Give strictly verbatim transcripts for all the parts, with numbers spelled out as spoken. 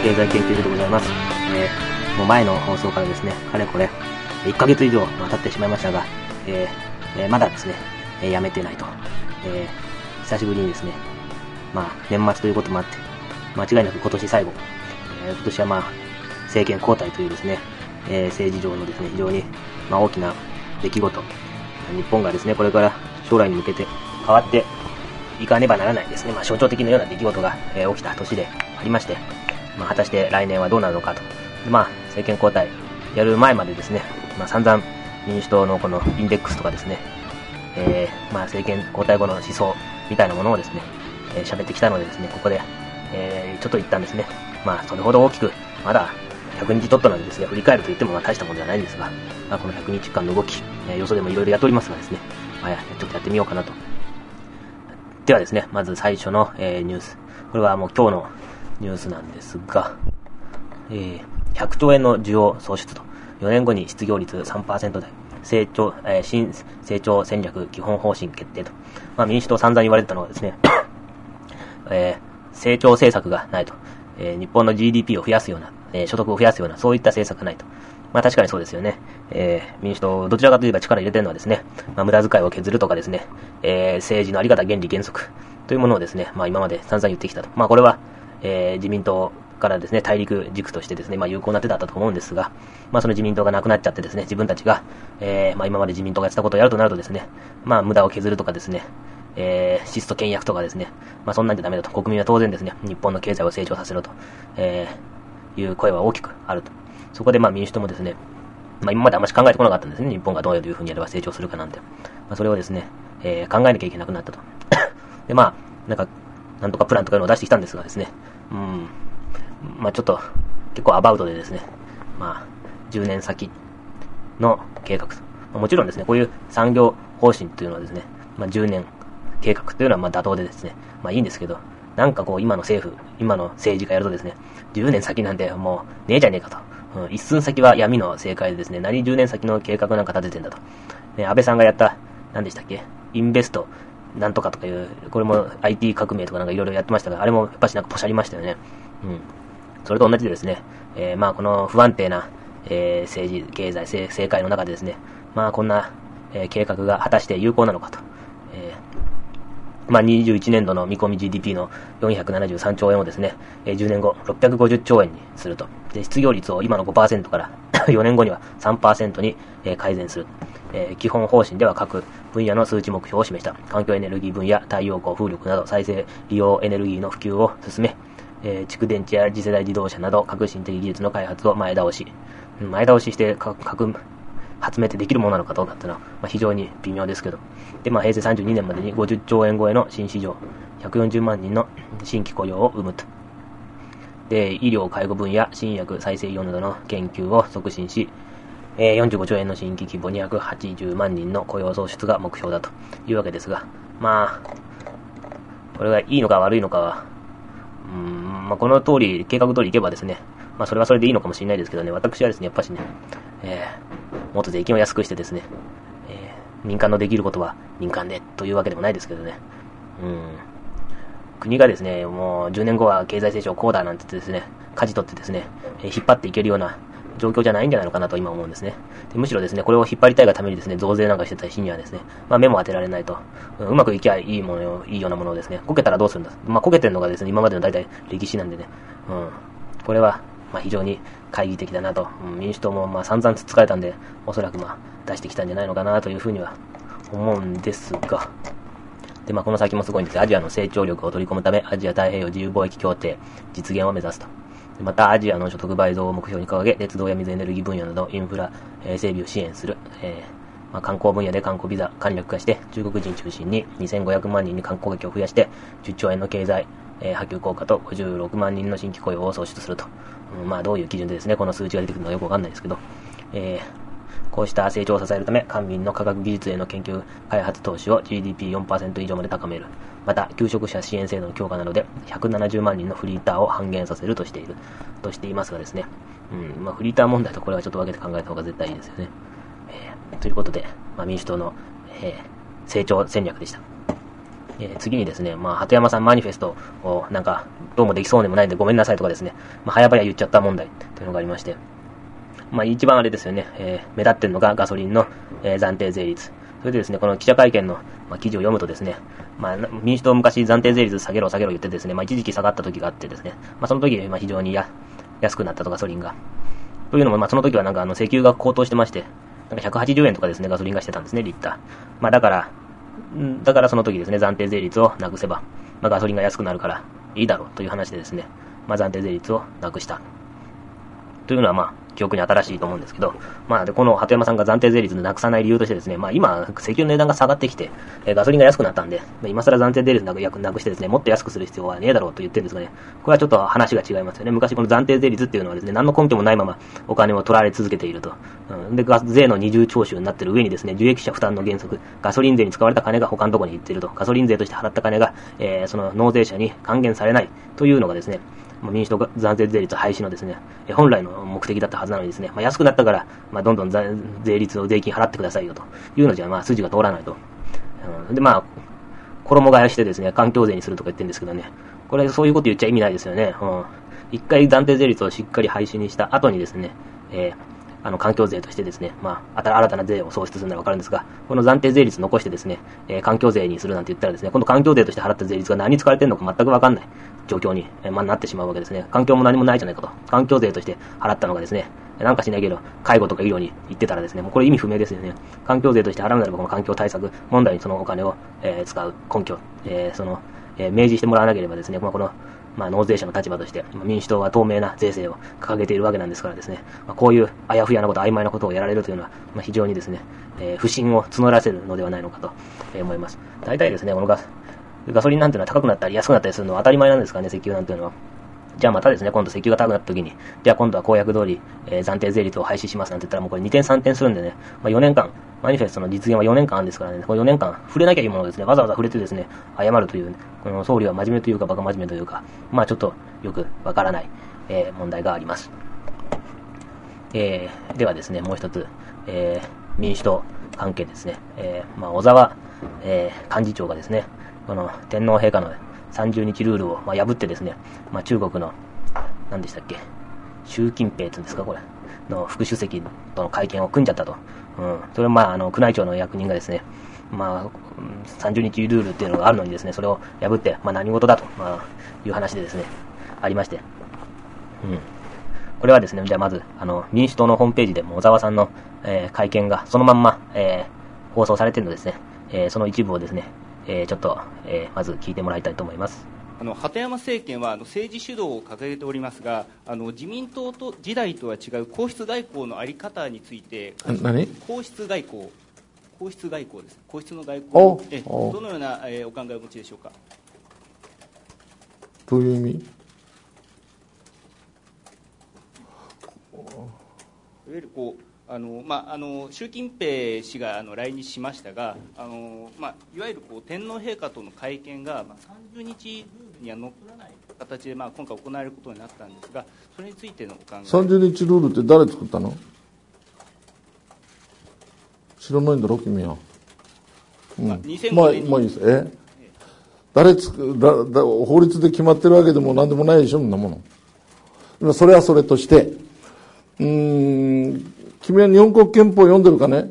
経済研究所でございます。えー、もう前の放送からですね、かれこれいっかげつ以上経ってしまいましたが、えーえー、まだですね、えー、やめてないと、えー、久しぶりにですね、まあ年末ということもあって間違いなく今年最後、えー、今年はまあ政権交代というですね、えー、政治上のですね非常にまあ大きな出来事、日本がですねこれから将来に向けて変わっていかねばならないですね、まあ、象徴的なような出来事が、えー、起きた年でありまして、まあ、果たして来年はどうなるのかと。で、まあ、政権交代やる前までですね、まあ、散々民主党のこのインデックスとかですね、えー、まあ政権交代後の思想みたいなものをですね、えー、喋ってきたのでですね、ここで、えー、ちょっと一旦ですね、まあそれほど大きくまだひゃくにちちょっとなんでですね、振り返ると言ってもまあ大したものではないんですが、まあ、このひゃくにちかんの動き、えー、よそでもいろいろやっておりますがですね、まあ、ちょっとやってみようかなと。ではですね、まず最初の、えー、ニュース。これはもう今日のニュースなんですが、えー、ひゃくちょうえんの需要創出と、よねんごに失業率 さんパーセント 台、成長、えー、新成長戦略基本方針決定と。まあ民主党散々言われてたのはですね、えー、成長政策がないと、えー、日本の ジーディーピー を増やすような、えー、所得を増やすような、そういった政策がないと。まあ確かにそうですよね。えー、民主党、どちらかといえば力入れてるのはですね、まあ無駄遣いを削るとかですね、えー、政治のあり方、原理原則というものをですね、まあ今まで散々言ってきたと。まあこれは、えー、自民党からですね、大陸軸としてですね、まあ有効な手だったと思うんですが、まあその自民党がなくなっちゃってですね、自分たちが、えー、まあ今まで自民党がやってたことをやるとなるとですね、まあ無駄を削るとかですね、えー、質素倹約とかですね、まあそんなんじゃダメだと。国民は当然ですね、日本の経済を成長させろと、えー、いう声は大きくあると。そこでまあ民主党もですね、まあ今まであんまり考えてこなかったんですね。日本がどういうふうにやれば成長するかなんて。まあそれをですね、えー、考えなきゃいけなくなったと。でまあ、なんか、なんとかプランとかいうのを出してきたんですがですね、うん、まあちょっと、結構アバウトでですね、まあ、じゅうねん先の計画。まあ、もちろんですね、こういう産業方針というのはですね、まあじゅうねん計画というのはまあ妥当でですね、まあいいんですけど、なんかこう今の政府、今の政治家やるとですね、じゅうねん先なんてもうねえじゃねえかと。うん、一寸先は闇の正解でですね、何じゅうねん先の計画なんか立ててんだと。ね、安倍さんがやった、何でしたっけ、インベストなんとかとかいう、これも アイティー 革命とかなんかいろいろやってましたが、あれもやっぱしなんかポシャりましたよね。うん。それと同じでですね、えー、まあこの不安定な、えー、政治、経済、政、政界の中でですね、まあこんな、えー、計画が果たして有効なのかと。えー、まあにじゅういちねんどの見込み ジーディーピー のよんひゃくななじゅうさんちょうえんをですね、えー、じゅうねんごろっぴゃくごじゅっちょうえんにすると。で、失業率を今の ごパーセント からよねんごには さんパーセント に、えー、改善する。えー、基本方針では各分野の数値目標を示した。環境エネルギー分野、太陽光、風力など再生利用エネルギーの普及を進め、えー、蓄電池や次世代自動車など革新的技術の開発を前倒し。前倒しして各発明ってできるものなのかどうかっていうのは、まあ、非常に微妙ですけど。で、まあ、平成さんじゅうにねんまでにごじゅっちょうえん超えの新市場、ひゃくよんじゅうまんにんの新規雇用を生むと。で、医療、介護分野、新薬、再生医療などの研究を促進し、えー、よんじゅうごちょうえんの新規規模にひゃくはちじゅうまんにんの雇用創出が目標だというわけですが、まあ、これがいいのか悪いのかは、うーん、まあ、この通り、計画通りいけばですね、まあ、それはそれでいいのかもしれないですけどね、私はですね、やっぱしね、えー、もっと税金を安くしてですね、えー、民間のできることは民間でというわけでもないですけどね、うん、国がですね、もうじゅうねんごは経済成長こうだなんて言ってですね、舵取ってですね、えー、引っ張っていけるような状況じゃないんじゃないのかなと今思うんですね。でむしろですね、これを引っ張りたいがためにですね、増税なんかしてた日にはですね、まあ目も当てられないと、うん、うまくいきゃいいものを、いいようなものをですね、こけたらどうするんだ。まあこけてるのがですね、今までの大体歴史なんでね、うん、これはまあ非常に懐疑的だなと、うん、民主党もまあ散々つっつかれたんで、おそらくまあ出してきたんじゃないのかなというふうには思うんですが、でまあこの先もすごいんです。アジアの成長力を取り込むため、アジア太平洋自由貿易協定実現を目指すと。またアジアの所得倍増を目標に掲げ、鉄道や水エネルギー分野などインフラ、えー、整備を支援する、えーまあ、観光分野で観光ビザ簡略化して、中国人中心ににせんごひゃくまんにんに観光客を増やして、じゅっちょうえんの経済、えー、波及効果とごじゅうろくまんにんの新規雇用を創出すると。うん、まあどういう基準でですね、この数値が出てくるのかよくわかんないですけど、えーこうした成長を支えるため、官民の科学技術への研究開発投資を ジーディーピーよんパーセント 以上まで高める。また、求職者支援制度の強化などでひゃくななじゅうまんにんのフリーターを半減させるとしている。としていますがですね。うん、まあフリーター問題とこれはちょっと分けて考えた方が絶対いいですよね。えー、ということで、まあ民主党の、えー、成長戦略でした。 えー、次にですね、まあ、鳩山さんマニフェストをなんかどうもできそうでもないんでごめんなさいとかですね、まあ、早々言っちゃった問題というのがありまして、まあ、一番あれですよね、えー、目立ってるのがガソリンの、えー、暫定税率。それでですね、この記者会見の、まあ、記事を読むとですね、まあ、民主党昔暫定税率下げろ下げろ言ってですね、まあ、一時期下がった時があってですね、まあ、その時、まあ、非常にや安くなったとガソリンが。というのも、まあ、その時はなんかあの石油が高騰してまして、なんかひゃくはちじゅうえんとかですね、ガソリンがしてたんですね、リッター。まあ、だから、だからその時ですね、暫定税率をなくせば、まあ、ガソリンが安くなるからいいだろうという話でですね、まあ、暫定税率をなくした。というのはまあ、記憶に新しいと思うんですけど、まあ、で、この鳩山さんが暫定税率をなくさない理由としてですね、まあ今、石油の値段が下がってきて、えー、ガソリンが安くなったんで、今更暫定税率なくなくしてですね、もっと安くする必要はねえだろうと言ってるんですがね、これはちょっと話が違いますよね。昔この暫定税率っていうのはですね、何の根拠もないままお金を取られ続けていると。うん、で、税の二重徴収になっている上にですね、受益者負担の原則、ガソリン税に使われた金が他のところに行っていると。ガソリン税として払った金が、えー、その納税者に還元されないというのがですね、民主党暫定税率廃止のですね、本来の目的だったはずなのにですね、まあ、安くなったから、まあ、どんどん税率を税金払ってくださいよというのじゃ、まあ、筋が通らないと。うん、で、まあ、衣替えしてですね、環境税にするとか言ってるんですけどね、これ、そういうこと言っちゃ意味ないですよね。うん。一回暫定税率をしっかり廃止にした後にですね、えー、あの、環境税としてですね、まあ、新たな税を創出するのはわかるんですが、この暫定税率残してですね、えー、環境税にするなんて言ったらですね、今度環境税として払った税率が何に使われてるのか全くわかんない状況に、えー、まあ、なってしまうわけですね。環境も何もないじゃないかと。環境税として払ったのがですね、なんかしないけど、介護とか医療に行ってたらですね、もうこれ意味不明ですよね。環境税として払うならばこの環境対策問題にそのお金を、えー、使う根拠、えー、その、えー、明示してもらわなければですね、まあ、この、まあ、納税者の立場として、まあ、民主党は透明な税制を掲げているわけなんですからですね、まあ、こういうあやふやなこと、曖昧なことをやられるというのは、まあ、非常にですね、えー、不信を募らせるのではないのかと思います。大体ですね、このガス、ガソリンなんていうのは高くなったり安くなったりするのは当たり前なんですかね、石油なんていうのは。じゃあまたですね、今度石油が高くなった時に、じゃあ今度は公約通り、えー、暫定税率を廃止しますなんて言ったらもうこれにてんさんてんするんでね、まあ、よねんかん、マニフェストの実現はよねんかんあるんですからね、このよねんかん触れなきゃいいものをですね、わざわざ触れてですね、謝るという、この総理は真面目というかバカ真面目というか、まあちょっとよくわからない、えー、問題があります。えー、ではですね、もう一つ、えー、民主党関係ですね、えー、まあ小沢、えー、幹事長がですね、この天皇陛下のさんじゅうにちルールを、まあ、破ってですね、まあ、中国の、何でしたっけ、習近平っていうんですか、これ、の副主席との会見を組んじゃったと。うん。それはまあ、あの、宮内庁の役人がですね、まあ、さんじゅうにちルールっていうのがあるのにですね、それを破って、まあ何事だと、まあ、いう話でですね、ありまして。うん。これはですね、じゃあまず、あの、民主党のホームページでも小沢さんの、えー、会見がそのまんま、えー、放送されているのですね、えー、その一部をですね、えー、ちょっと、えー、まず聞いてもらいたいと思います。 あの鳩山政権はあの政治主導を掲げておりますが、あの自民党と時代とは違う皇室外交の在り方について、 何皇室外交、皇室外交です。皇室の外交、えどのような、えー、お考えをお持ちでしょうか。 どういう意味？ いわゆるこうあのまあ、あの習近平氏があの来日しましたが、あのまあ、いわゆるこう天皇陛下との会見が、まあ、さんじゅうにちルールにはのっとらない形で、まあ、今回行われることになったんですが、それについてのお考え。 さんじゅうにちルールって誰作ったの？知らないんだろ君は。うん、まあ、にせんごねんにまあ、まあいいです。ええ誰つくだだ法律で決まってるわけでも何でもないでしょ、そんなもの。それはそれとして、うーん君は日本国憲法を読んでるかね？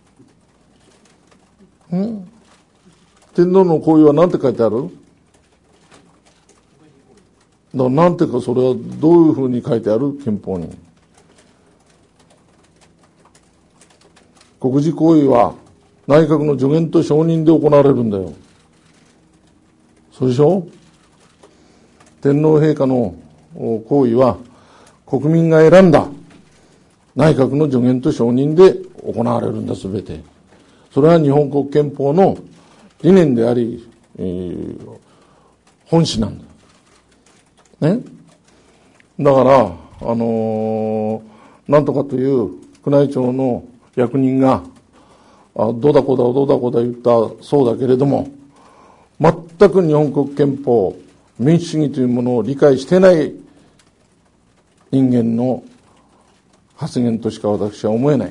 ん天皇の行為は何て書いてある？だから何てかそれはどういうふうに書いてある？憲法に。国事行為は内閣の助言と承認で行われるんだよ。そうでしょ？天皇陛下の行為は国民が選んだ内閣の助言と承認で行われるんだ、すべて。それは日本国憲法の理念であり、えー、本旨なんだ。ね。だから、あのー、なんとかという宮内庁の役人が、あどうだこうだどうだこうだ言ったそうだけれども、全く日本国憲法、民主主義というものを理解してない人間の発言としか私は思えない。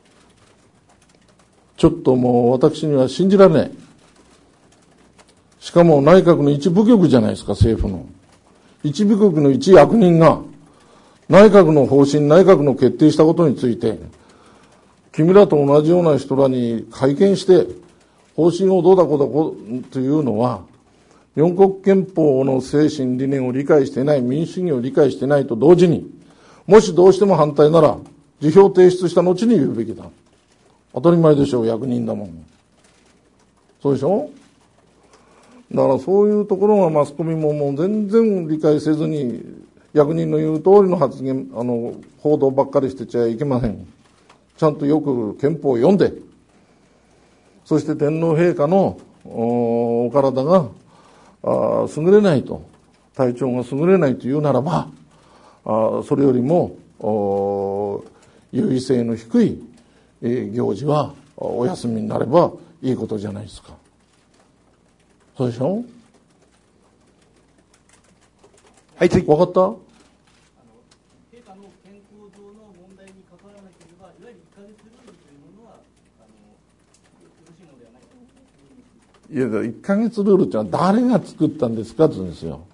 ちょっともう私には信じられない。しかも内閣の一部局じゃないですか、政府の。一部局の一役人が、内閣の方針、内閣の決定したことについて、君らと同じような人らに会見して、方針をどうだこうだこうというのは、日本国憲法の精神理念を理解していない、民主主義を理解していないと同時に、もしどうしても反対なら、辞表提出した後に言うべきだ。当たり前でしょう、役人だもん。そうでしょ。だからそういうところがマスコミももう全然理解せずに、役人の言う通りの発言、あの、報道ばっかりしてちゃいけません。ちゃんとよく憲法を読んで、そして天皇陛下のお体があ優れないと、体調が優れないというならば、あそれよりも優位性の低い、えー、行事はお休みになればいいことじゃないですか。そうでしょ。 はい、次。 分かった？ 陛下の健康上の問題に関わらなければ、いわゆるいっかげつルールというものはあのよろしいのではないかと。 いや、いっかげつルールってのは誰が作ったんですかって言うんですよ。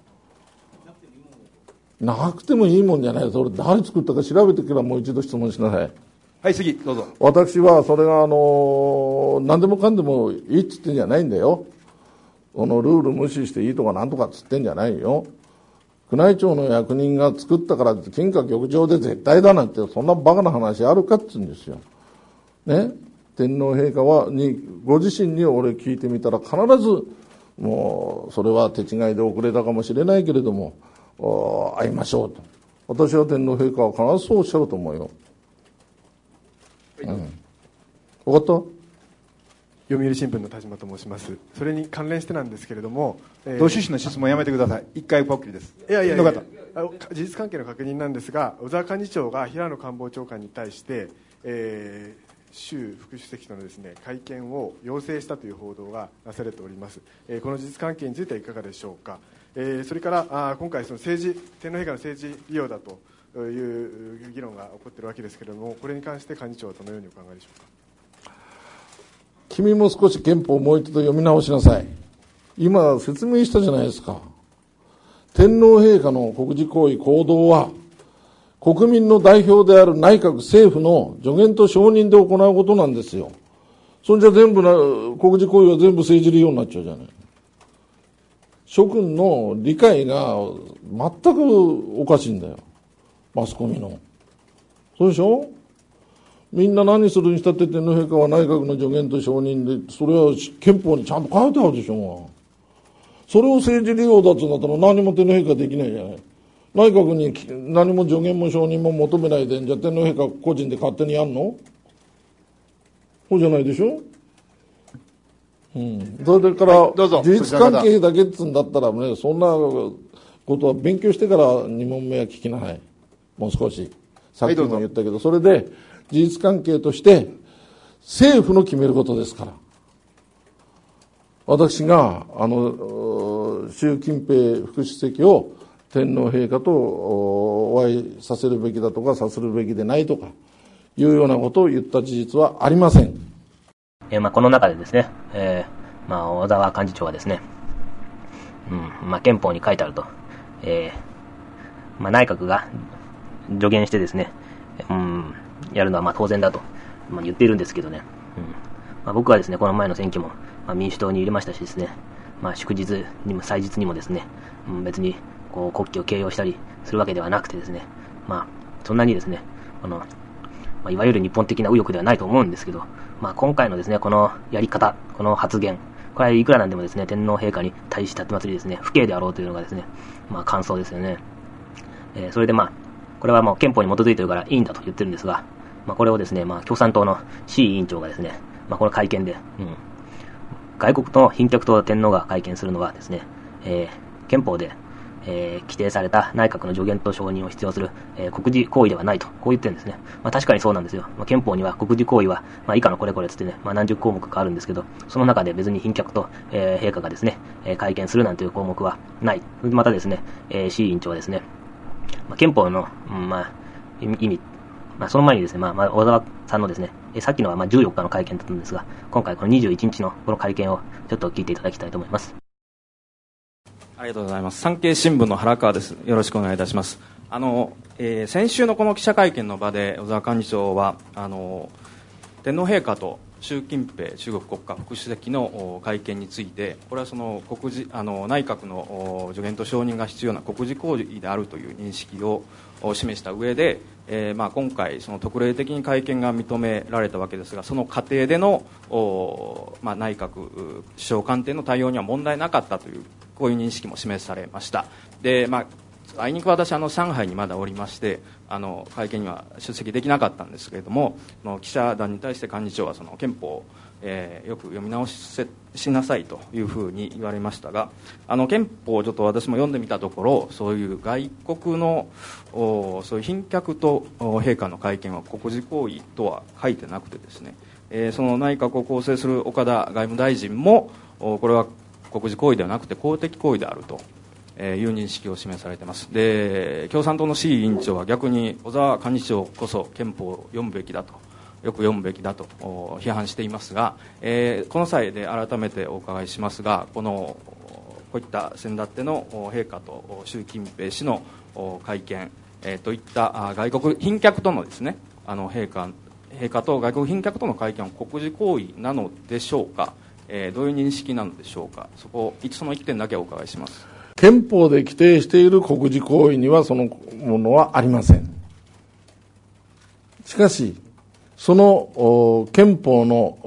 なくてもいいもんじゃない。それ誰作ったか調べてからもう一度質問しなさい。 はい、次、どうぞ。 私はそれがあの何でもかんでもいいっつってんじゃないんだよ。このルール無視していいとかなんとかっつってんじゃないよ。宮内庁の役人が作ったからって金閣玉上で絶対だなんてそんなバカな話あるかっつうんですよ。ね。天皇陛下はにご自身に俺聞いてみたら必ずもうそれは手違いで遅れたかもしれないけれども会いましょうと。私は天皇陛下は必ずそうおっしゃると思うよ。うん。分かった？ 読売新聞の田島と申します。それに関連してなんですけれども、 えー、同趣旨の質問やめてください。一回ぽっきりです。 いやいやいや、あの事実関係の確認なんですが、小沢幹事長が平野官房長官に対して、えー、習副主席とのですね会見を要請したという報道がなされております。えー、この事実関係についてはいかがでしょうか。えー、それからあ今回その政治天皇陛下の政治利用だという議論が起こっているわけですけれども、これに関して幹事長はどのようにお考えでしょうか。 君も少し憲法をもう一度読み直しなさい。今説明したじゃないですか。天皇陛下の国事行為行動は国民の代表である内閣政府の助言と承認で行うことなんですよ。そんじゃ全部な国事行為は全部政治利用になっちゃうじゃない。諸君の理解が全くおかしいんだよ。マスコミの。そうでしょ。みんな何するにしたって天皇陛下は内閣の助言と承認で、それは憲法にちゃんと書いてあるでしょう。それを政治利用だっつうんだったら何も天皇陛下できないじゃない。内閣に何も助言も承認も求めないで、じゃあ天皇陛下個人で勝手にやんの？そうじゃないでしょ。うん。それから、はい、事実関係だけっつうんだったらね、そんなことは勉強してからに問目は聞きなさい。もう少し。さっきも言ったけど、それで、事実関係として政府の決めることですから。私があの習近平副主席を天皇陛下とお会いさせるべきだとかさせるべきでないとかいうようなことを言った事実はありません。 えー、まあこの中でですね、えー、まあ小沢幹事長はですね、うんまあ憲法に書いてあると、えー、まあ内閣が助言してですね、うんやるのはまあ当然だと、まあ、言っているんですけどね、うんまあ、僕はですねこの前の選挙も、まあ、民主党に入れましたしですね、まあ、祝日にも祭日にもですね、うん、別にこう国旗を掲揚したりするわけではなくてですね、まあ、そんなにですねこの、まあ、いわゆる日本的な右翼ではないと思うんですけど、まあ、今回のですねこのやり方、この発言、これはいくらなんでもですね天皇陛下に対して立て祭りですね不敬であろうというのがですね、まあ、感想ですよね。えー、それでまあこれはもう憲法に基づいているからいいんだと言ってるんですが、まあ、これをですね、まあ、共産党の 志位委員長がですね、まあ、この会見で、うん、外国の賓客と天皇が会見するのはですね、えー、憲法で、えー、規定された内閣の助言と承認を必要する、えー、国事行為ではないと、こう言ってるんですね。まあ、確かにそうなんですよ。まあ、憲法には国事行為は、まあ、以下のこれこれつってね、まあ、何十項目かあるんですけど、その中で別に賓客と、えー、陛下がですね、えー、会見するなんていう項目はない。またですね、えー、志位委員長はですね、まあ、憲法の、うん、まあ、意味、まあ、その前にですね、まあ、まあ、小沢さんのですね、えさっきのはまあじゅうよっかの会見だったんですが、今回このにじゅういちにちのこの会見をちょっと聞いていただきたいと思います。 ありがとうございます。産経新聞の原川です。よろしくお願いいたします。あの、えー、先週のこの記者会見の場で小沢幹事長はあの天皇陛下と習近平中国国家副主席の会見について、これはその国事あの内閣の助言と承認が必要な国事行為であるという認識を示した上で、えーまあ、今回その特例的に会見が認められたわけですが、その過程での、まあ、内閣首相官邸の対応には問題なかったという、こういう認識も示されました。で、まあ、あいにく私あの上海にまだおりまして、あの会見には出席できなかったんですけれども、の記者団に対して幹事長はその憲法を、えー、よく読み直ししなさいというふうに言われましたが、あの憲法をちょっと私も読んでみたところ、そういう外国のそういう賓客と陛下の会見は国事行為とは書いてなくてですね、えー、その内閣を構成する岡田外務大臣もこれは国事行為ではなくて公的行為であるという認識を示されています。で、共産党の志位委員長は逆に小沢幹事長こそ憲法を読むべきだと、よく読むべきだと批判していますが、えー、この際で改めてお伺いしますが、このこういった先だっての陛下と習近平氏の会見、えー、といった外国賓客とのですね、あの陛下陛下と外国賓客との会見は国事行為なのでしょうか、えー、どういう認識なのでしょうか。そこその一点だけお伺いします。 憲法で規定している国事行為にはそのものはありません。しかしその憲法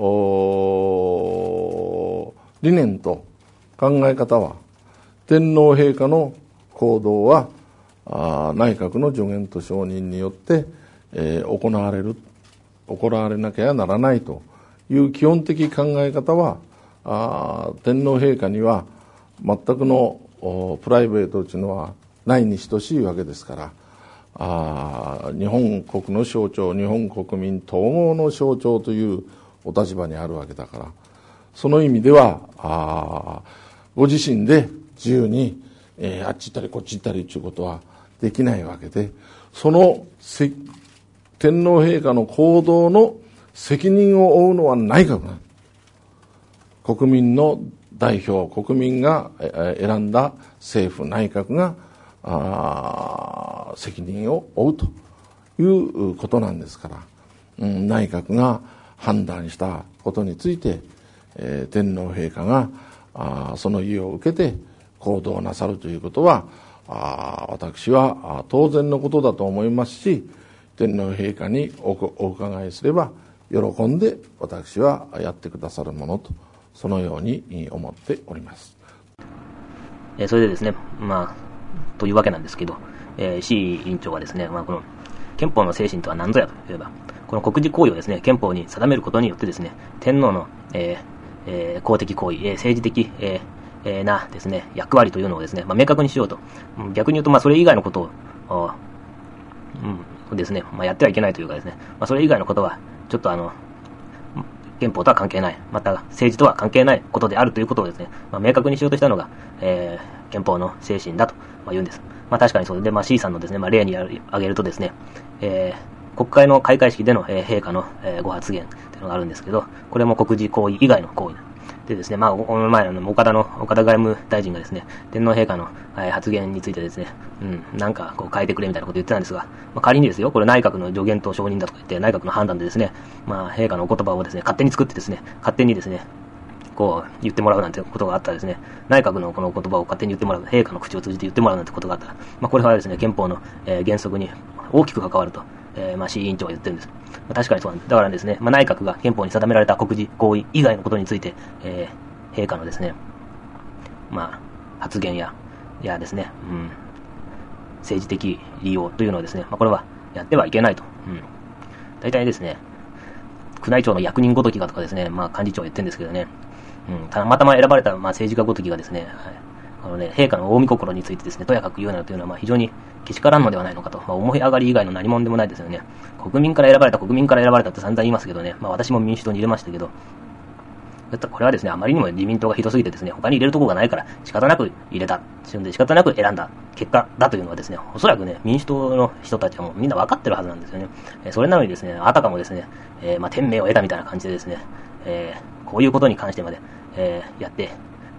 の理念と考え方は、天皇陛下の行動は内閣の助言と承認によって、えー、行われる行われなきゃならないという基本的考え方は、あ天皇陛下には全くのプライベートというのはないに等しいわけですから、あ日本国の象徴、日本国民統合の象徴というお立場にあるわけだから、その意味ではあご自身で自由に、えー、あっち行ったりこっち行ったりということはできないわけで、その天皇陛下の行動の責任を負うのは内閣なん。国民の代表、国民が選んだ政府内閣があ責任を負うということなんですから、うん、内閣が判断したことについて、えー、天皇陛下があその意を受けて行動なさるということは、あ私は当然のことだと思いますし、天皇陛下に お, お伺いすれば喜んで私はやってくださるものと、そのように思っております。 えー、それでですね、まあ、というわけなんですけど、えー、志位委員長はですね、まあ、この憲法の精神とは何ぞやといえば、この国事行為をですね、憲法に定めることによってですね、天皇の、えーえー、公的行為、えー、政治的、えーえー、なですね、役割というのをですね、まあ、明確にしようと。逆に言うと、まあ、それ以外のことを、うん、ですね、まあ、やってはいけないというかですね、まあ、それ以外のことは、ちょっとあの、憲法とは関係ない、また政治とは関係ないことであるということをですね、まあ、明確にしようとしたのが、えー、憲法の精神だと言うんです。まあ、確かにそうで、まあ、C さんのですね、まあ、例に挙げるとですね、えー、国会の開会式での、えー、陛下の、えー、ご発言というのがあるんですけど、これも国事行為以外の行為でですね、まあ、この前の岡田の、岡田外務大臣がですね、天皇陛下の、えー、発言についてですね、うん、なんかこう変えてくれみたいなこと言ってたんですが、まあ、仮にですよ、これ内閣の助言と承認だとか言って、内閣の判断でですね、まあ、陛下のお言葉をですね、勝手に作ってですね、勝手にですね、こう言ってもらうなんてことがあったらですね、内閣のこの言葉を勝手に言ってもらう、陛下の口を通じて言ってもらうなんてことがあったら、まあ、これはですね、憲法の、えー、原則に大きく関わると、えー、まあ、志位委員長は言ってるんです。まあ、確かにそうなんです。だからですね、まあ、内閣が憲法に定められた国事行為以外のことについて、えー、陛下のですね、まあ、発言や、いやですね、うん、政治的利用というのをですね、まあ、これはやってはいけないと。うん、大体ですね、宮内庁の役人ごときがとかですね、まあ、幹事長は言ってるんですけどね、うん、たまたま選ばれた、まあ、政治家ごときがですね、はい、あのね、陛下の大御心についてですね、とやかく言うなるというのは、まあ、非常にけしからんのではないのかと、まあ、思い上がり以外の何者でもないですよね。国民から選ばれた、国民から選ばれたって散々言いますけどね、まあ、私も民主党に入れましたけど、だったらこれはですね、あまりにも自民党がひどすぎてですね、他に入れるところがないから仕方なく入れた、仕方なく選んだ結果だというのはですね、おそらくね、民主党の人たちはもうみんな分かってるはずなんですよね。えそれなのにですね、あたかもですね、えー、まあ、天命を得たみたいな感じでですね、えー、こういうことに関してまで、えー、やって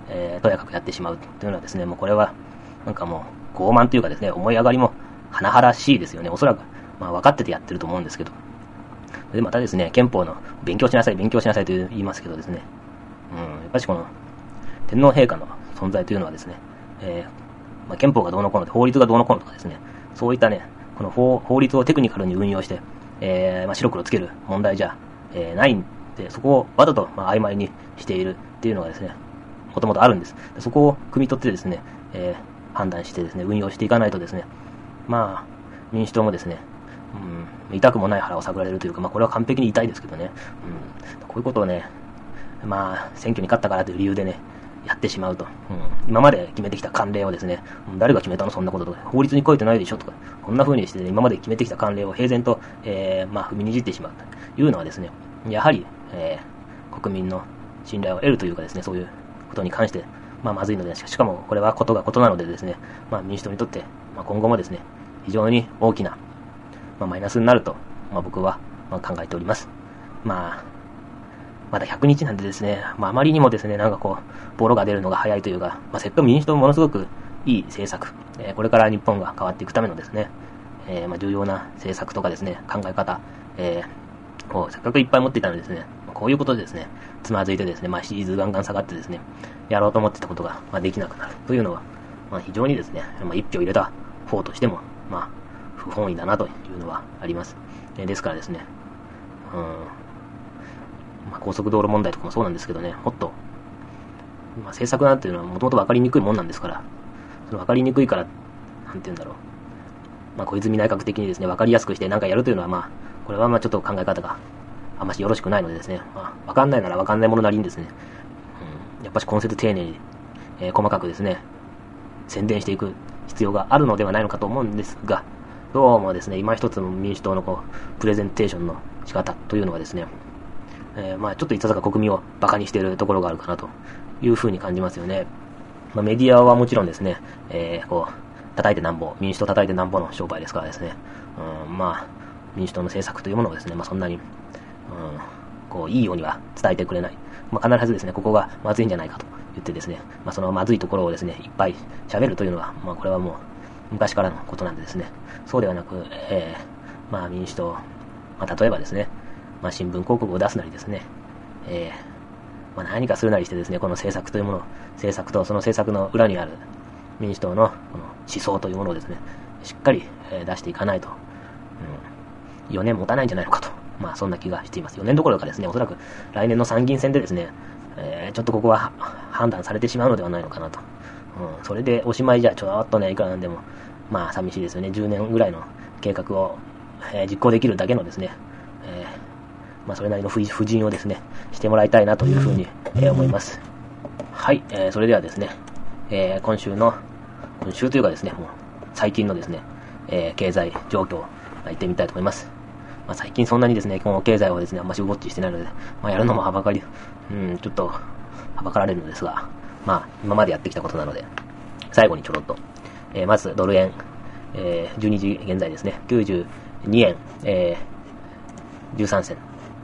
えー、とやかくやってしまうというのはですね、もうこれはなんかもう傲慢というかですね、思い上がりも甚だしいですよね。おそらく、まあ、分かっててやってると思うんですけど。でまたですね、憲法の勉強しなさい勉強しなさいと言いますけどですね、うん、やっぱりこの天皇陛下の存在というのはですね、えーまあ、憲法がどうのこうの法律がどうのこうのとかですね、そういったね、この 法, 法律をテクニカルに運用して、えーまあ、白黒つける問題じゃ、えー、ないんで、そこをわざと、まあ、曖昧にしているっていうのがですね、もともとあるんです。そこを汲み取ってですね、えー、判断してですね、運用していかないとですね、まあ、民主党もですね、うん、痛くもない腹を探られるというか、まあ、これは完璧に痛いですけどね、うん、こういうことをね、まあ、選挙に勝ったからという理由でね、やってしまうと、うん、今まで決めてきた慣例をですね、誰が決めたのそんなこととか、法律に書いてないでしょとか、こんな風にして、ね、今まで決めてきた慣例を平然と、えー、まあ、踏みにじってしまうというのはですね、やはり、えー、国民の信頼を得るというかですね、そういうことに関して、まあ、まずいので、しかもこれはことがことなのでですね、まあ、民主党にとって、まあ、今後もですね、非常に大きな、まあ、マイナスになると、まあ、僕はまあ考えております。まあ、まだひゃくにちなんでですね、まあ、あまりにもですね、なんかこう、ボロが出るのが早いというか、まあ、せっかく民主党ものすごくいい政策、えー、これから日本が変わっていくためのですね、えー、まあ重要な政策とかですね、考え方、えー、をせっかくいっぱい持っていたのでですね、こういうことでですね、つまずいてですね、まあ、支持率ガンガン下がってですね、やろうと思ってたことが、まあ、できなくなるというのは、まあ、非常にですね、まあ、一票入れた方としても、まあ、不本意だなというのはあります。えー、ですからですね、うん、まあ、高速道路問題とかもそうなんですけどね、もっと、まあ、政策なんていうのはもともと分かりにくいもんなんですから、その分かりにくいから、なんていうんだろう、まあ、小泉内閣的にですね、分かりやすくして何かやるというのは、まあ、これはまあちょっと考え方があんましよろしくないのでですね、まあ、分かんないなら分かんないものなりにですね、うん、やっぱし根節丁寧に、えー、細かくですね、宣伝していく必要があるのではないのかと思うんですが、どうもですね、今一つの民主党のこうプレゼンテーションの仕方というのはですね、えー、まあちょっといささか国民をバカにしているところがあるかなというふうに感じますよね。まあ、メディアはもちろんですね、えー、こう叩いてなんぼ、民主党叩いてなんぼの商売ですからですね、うん、まあ民主党の政策というものをですね、まあそんなに、うん、こういいようには伝えてくれない。まあ、必ずですね、ここがまずいんじゃないかと言ってですね、まあ、そのまずいところをですね、いっぱい喋るというのは、まあこれはもう昔からのことなんでですね、そうではなく、えー、まあ民主党、まあ例えばですね、まあ新聞広告を出すなりですね、えー、まあ何かするなりしてですね、この政策というもの、政策とその政策の裏にある民主党のこの思想というものをですね、しっかり出していかないと、うん、よねん持たないんじゃないのかと、まあそんな気がしています。よねんどころかですね、おそらく来年の参議院選でですね、えー、ちょっとここは判断されてしまうのではないのかなと。うん、それでおしまいじゃちょっとね、いくらなんでも、まあ寂しいですよね。じゅうねんぐらいの計画を、えー、実行できるだけのですね、えー、まあそれなりの布陣をですね、してもらいたいなというふうに、えー、思います。はい、えー、それではですね、えー、今週の、今週というかですね、もう最近のですね、えー、経済状況を言ってみたいと思います。まあ、最近そんなにですね、この経済をですね、あんましウォッチしてないので、まあやるのもはばかり、うん、ちょっと、はばかられるのですが、まあ、今までやってきたことなので、最後にちょろっと、えー、まずドル円、えー、じゅうにじ現在ですね、きゅうじゅうにえん、えー、じゅうさんせん、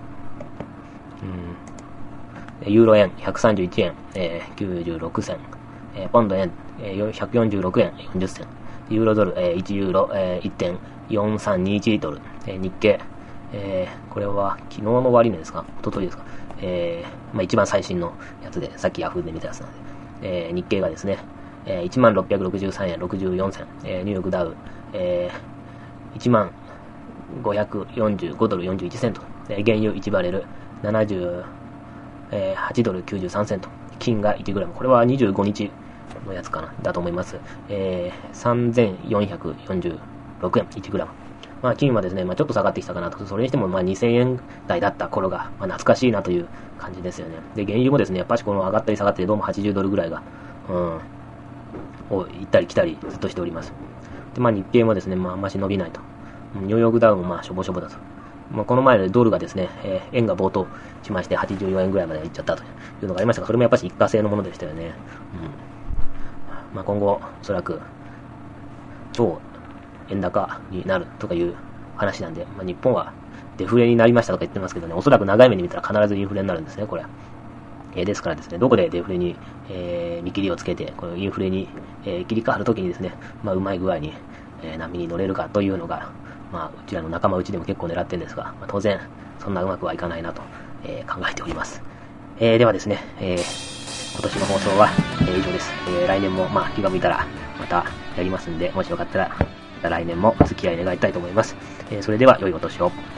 うん、ユーロ円ひゃくさんじゅういちえん、えー、きゅうじゅうろくせん、えー、ポンド円、えー、ひゃくよんじゅうろくえんよんじゅっせん、ユーロドル、えー、いちユーロ、えー、いってんよんさんにいち ドル、えー、日経、えー、これは昨日の終値ですか、一昨日ですか、えー、まあ一番最新のやつで、さっきヤフーで見たやつなんで、えー、日経がですね、えー、いちまんろっぴゃくろくじゅうさんえんろくじゅうよんせん、えー、ニューヨークダウ、えー、いちまんごひゃくよんじゅうごドルよんじゅういちセント、えー、原油いちバレルななじゅうはちドルきゅうじゅうさんセント、金がいちグラム、これはにじゅうごにちのやつかな、だと思います。えー、さんぜんよんひゃくよんじゅうろくえんいちグラム。まあ金はですね、まあちょっと下がってきたかなと、それにしてもまあにせんえん台だった頃が、まあ懐かしいなという感じですよね。で、原油もですね、やっぱしこの上がったり下がったりどうもはちじゅうドルぐらいが、うん、を行ったり来たりずっとしております。で、まあ日経もですね、まああんまし伸びないと。ニューヨークダウもまあしょぼしょぼだと。まあこの前ドルがですね、えー、円が暴騰しましてはちじゅうよえんぐらいまで行っちゃったというのがありましたが、それもやっぱし一過性のものでしたよね。うん。まあ今後、おそらく、超円高になるとかいう話なんで、まあ、日本はデフレになりましたとか言ってますけどね、おそらく長い目に見たら必ずインフレになるんですね、これ。 えー、ですからですね、どこでデフレに、えー、見切りをつけて、このインフレに、えー、切り替わるときにですね、まあ、うまい具合に、えー、波に乗れるかというのが、まあ、うちらの仲間内でも結構狙ってるんですが、まあ、当然、そんなうまくはいかないなと、えー、考えております。えー、ではですね、えー、今年の放送は、えー、以上です。えー、来年も、まあ、気が向いたら、またやりますんで、もしよかったら、また来年もお付き合い願いたいと思います。えー、それでは、良いお年を。